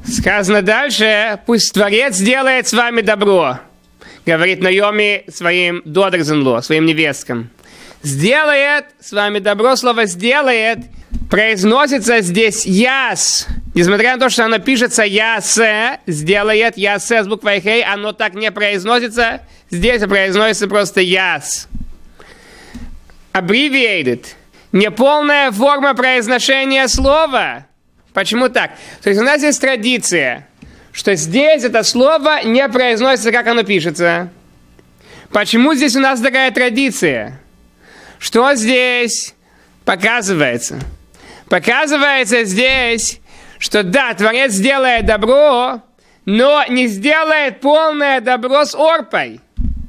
Сказано дальше, пусть Творец делает с вами добро, говорит Наоми своим додерзенло, своим невесткам. Сделает с вами добро, слово «сделает» произносится здесь «яс». Несмотря на то, что оно пишется «ясе», сделает, «ясе» с буквой «хей», оно так не произносится, здесь произносится просто «яс». Abbreviated. Неполная форма произношения слова. Почему так? То есть у нас есть традиция, что здесь это слово не произносится, как оно пишется. Почему здесь у нас такая традиция? Что здесь показывается? Показывается здесь, что да, Творец сделает добро, но не сделает полное добро с орпой.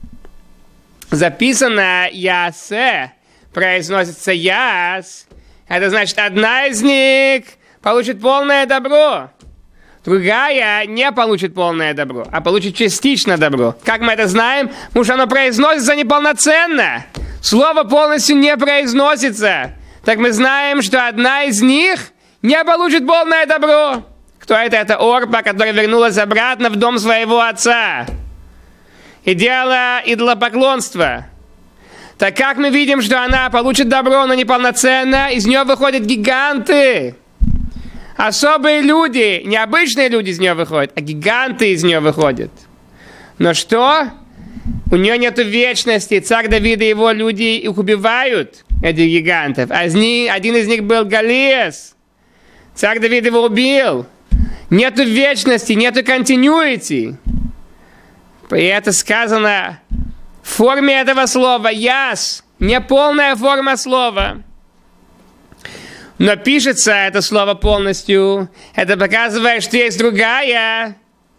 Записано «ясе», произносится «яс». Это значит, одна из них получит полное добро, другая не получит полное добро, а получит частично добро. Как мы это знаем? Потому что оно произносится неполноценно. Слово полностью не произносится. Так мы знаем, что одна из них не получит полное добро. Кто это? Это Орпа, которая вернулась обратно в дом своего отца и делала идолопоклонство. Так как мы видим, что она получит добро, но неполноценно, из нее выходят гиганты. Особые люди, не обычные люди из нее выходят, а гиганты из нее выходят. Но что? У нее нет вечности. Царь Давид и его люди их убивают, этих гигантов. Один из них был Голиас. Царь Давид его убил. Нету вечности, нету continuity. И это сказано в форме этого слова «яс», неполная форма слова. Но пишется это слово полностью. Это показывает, что есть другая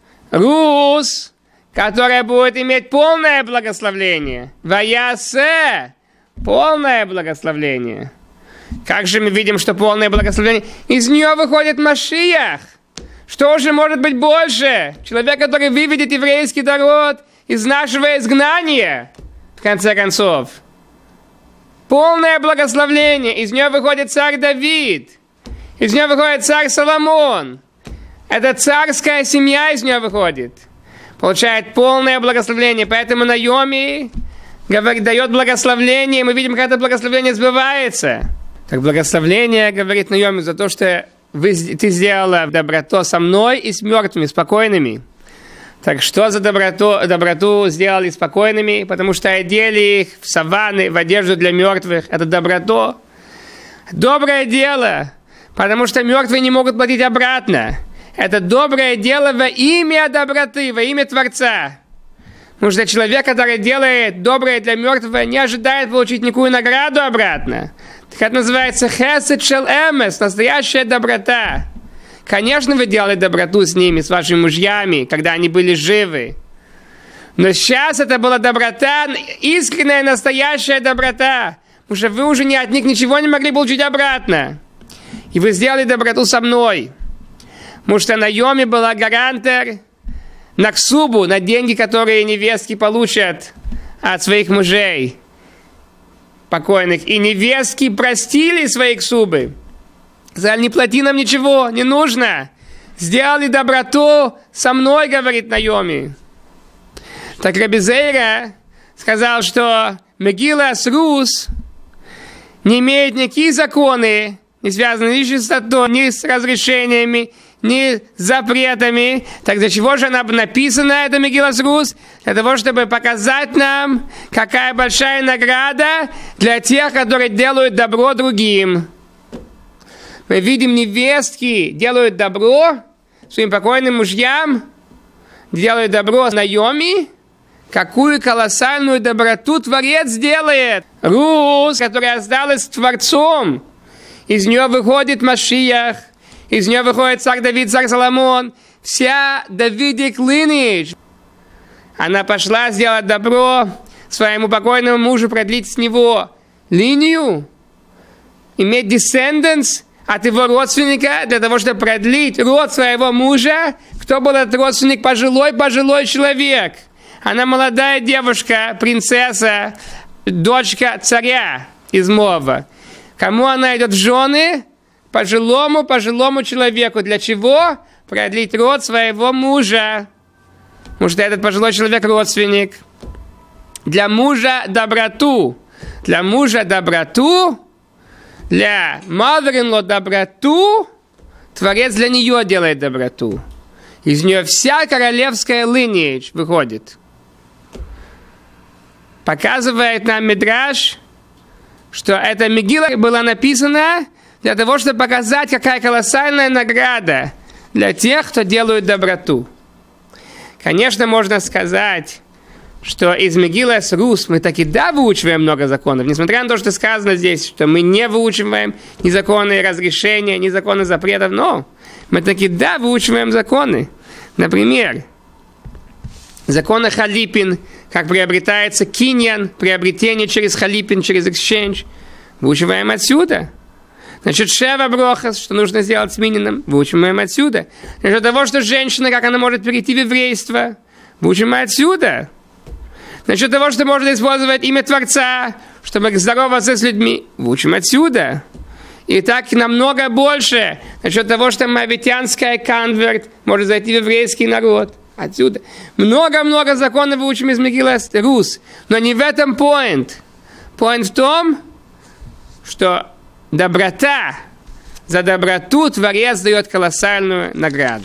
«рус», которая будет иметь полное благословление. «Ваясе» – полное благословение. Как же мы видим, что полное благословение? Из нее выходит Машиах. Что же может быть больше? Человек, который выведет еврейский народ из нашего изгнания, в конце концов. Полное благословение. Из нее выходит царь Давид. Из нее выходит царь Соломон. Это царская семья из нее выходит. Получает полное благословение. Поэтому Наоми дает благословение. И мы видим, как это благословение сбывается. Так благословение, говорит Наоми, за то, что ты сделала доброту со мной и с мертвыми, спокойными. Так что за доброту сделали спокойными? Потому что одели их в саванны, в одежду для мертвых. Это доброто. Доброе дело. Потому что мертвые не могут платить обратно. Это доброе дело во имя доброты, во имя Творца. Потому что человек, который делает доброе для мертвого, не ожидает получить никакую награду обратно. Так это называется хесед шел эмес, настоящая доброта. Конечно, вы делали доброту с ними, с вашими мужьями, когда они были живы. Но сейчас это была доброта, искренняя, настоящая доброта. Потому что вы уже от них ничего не могли получить обратно. И вы сделали доброту со мной. Потому что Наоми была гарантер на ксубу, на деньги, которые невестки получат от своих мужей покойных. И невестки простили свои ксубы. Сказали, не плати нам ничего, не нужно. Сделали доброту со мной, говорит Наоми. Так Раби Зейра сказал, что Мегилас Рус не имеет никакие законы, не связаны ни с чистотой, ни с разрешениями, ни с запретами. Так для чего же она написана, это Мегилас Рус? Для того, чтобы показать нам, какая большая награда для тех, которые делают добро другим. Мы видим, невестки делают добро своим покойным мужьям, делают добро Наоми. Какую колоссальную доброту Творец делает. Рус, которая осталась с Творцом. Из нее выходит Машиах. Из нее выходит царь Давид, царь Соломон. Вся Давидик lineage. Она пошла сделать добро своему покойному мужу, продлить с него линию. Иметь descendants от его родственника, для того, чтобы продлить род своего мужа. Кто был этот родственник? Пожилой человек. Она молодая девушка, принцесса, дочка царя из Моава. Кому она идет в жены? Пожилому человеку. Для чего? продлить род своего мужа. Потому что этот пожилой человек родственник. Для мужа доброту. Для мужа доброту. Для mother-in-law доброту. Творец для нее делает доброту. Из нее вся королевская lineage выходит. Показывает нам Мидраш, что эта Мегила была написана для того, чтобы показать, какая колоссальная награда для тех, кто делает доброту. Конечно, можно сказать, что из Мегилас Рус мы таки выучиваем много законов, несмотря на то, что сказано здесь, что мы не выучиваем ни законы разрешения, ни законы запретов, но мы таки выучиваем законы. Например, законы Халипин, как приобретается киньян, приобретение через Халипин, через exchange, выучиваем отсюда. Значит, Шева Брохас, что нужно сделать с минином, выучиваем отсюда. Насчет того, что женщина, как она может перейти в еврейство, выучим отсюда. Насчет того, что можно использовать имя Творца, чтобы здороваться с людьми, выучим отсюда. И так намного больше. Насчет того, что моавитянская конверт может зайти в еврейский народ. Отсюда. Много-много законов выучим из Мегилас Рус. Но не в этом point. Point в том, что доброта, за доброту Творец дает колоссальную награду.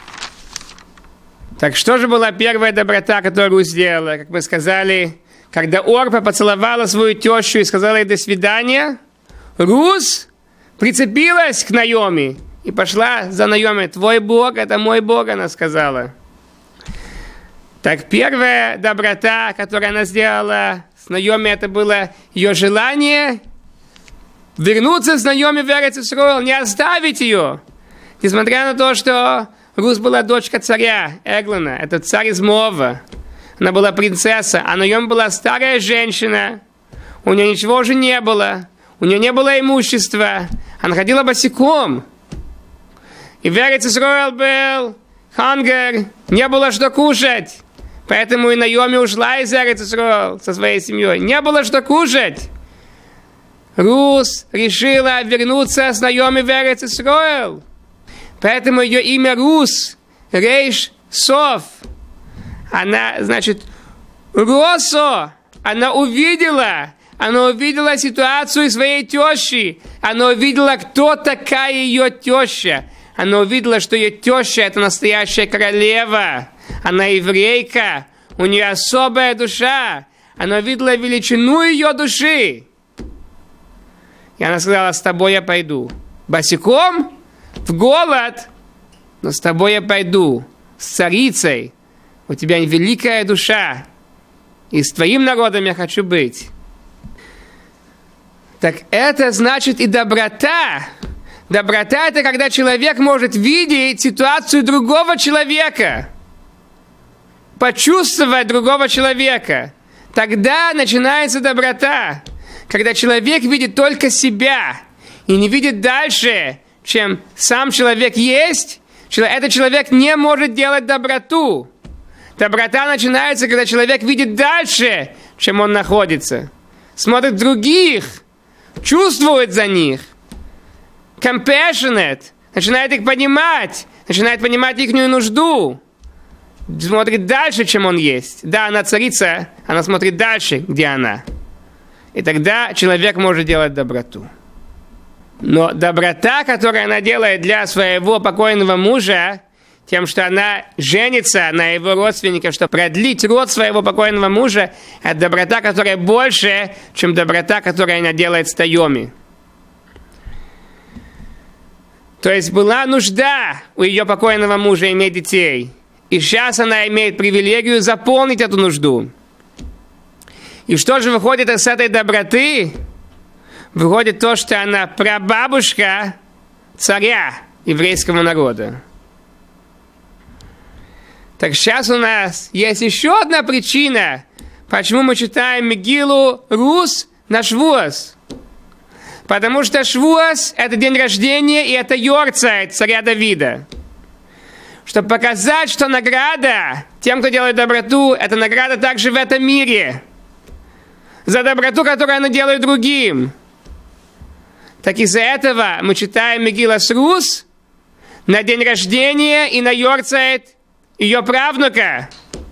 Так что же была первая доброта, которую Русь сделала? Как мы сказали, когда Орпа поцеловала свою тещу и сказала ей до свидания, Рус прицепилась к Наоми и пошла за Наоми. Твой Бог, это мой Бог, она сказала. Так первая доброта, которую она сделала с Наоми, это было ее желание вернуться с Наоми в Эрец Исроэл, не оставить ее. Несмотря на то, что Рус была дочка царя Эглона, это царь из Моава. Она была принцесса, а Наоми была старая женщина. У нее ничего уже не было. У нее не было имущества. Она ходила босиком. И в Эрец Исроэл был хангер, не было что кушать. Поэтому и Наоми ушла из Эрец Исроэл со своей семьей. Не было что кушать. Рус решила вернуться с Наоми в Эрец Исроэл. Поэтому ее имя Рус, Рейш Сов. Она, значит, Росо. Она увидела ситуацию своей тещи. Она увидела, кто такая ее теща. Она увидела, что ее теща – это настоящая королева. Она еврейка. У нее особая душа. Она увидела величину ее души. И она сказала, с тобой я пойду. Босиком, в голод, но с тобой я пойду. С царицей. У тебя великая душа. И с твоим народом я хочу быть. Так это значит и доброта. Доброта – это когда человек может видеть ситуацию другого человека. Почувствовать другого человека. Тогда начинается доброта. Когда человек видит только себя и не видит дальше, чем сам человек есть, этот человек не может делать доброту. Доброта начинается, когда человек видит дальше, чем он находится. Смотрит других, чувствует за них. Compassionate. Начинает их понимать. Начинает понимать их нужду. Смотрит дальше, чем он есть. Да, она царица, она смотрит дальше, где она. И тогда человек может делать доброту. Но доброта, которую она делает для своего покойного мужа, тем, что она женится на его родственника, чтобы продлить род своего покойного мужа, это доброта, которая больше, чем доброта, которую она делает с Наоми. То есть была нужда у ее покойного мужа иметь детей. И сейчас она имеет привилегию заполнить эту нужду. И что же выходит из этой доброты? Выходит то, что она прабабушка царя еврейского народа. Так сейчас у нас есть еще одна причина, почему мы читаем Мегилу Рус на Швуос. Потому что Швуос – это день рождения, и это Йорцайт царя Давида. Чтобы показать, что награда тем, кто делает доброту, это награда также в этом мире. За доброту, которую она делает другим. Так из-за этого мы читаем Мегилас Рус на день рождения и на йорцайт ее правнука.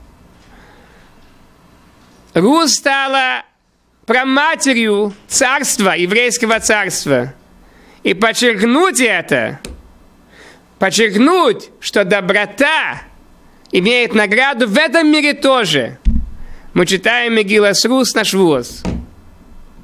Рус стала праматерью царства, еврейского царства. И подчеркнуть это, подчеркнуть, что доброта имеет награду в этом мире тоже. Мы читаем Мегилас Рус на Швуос.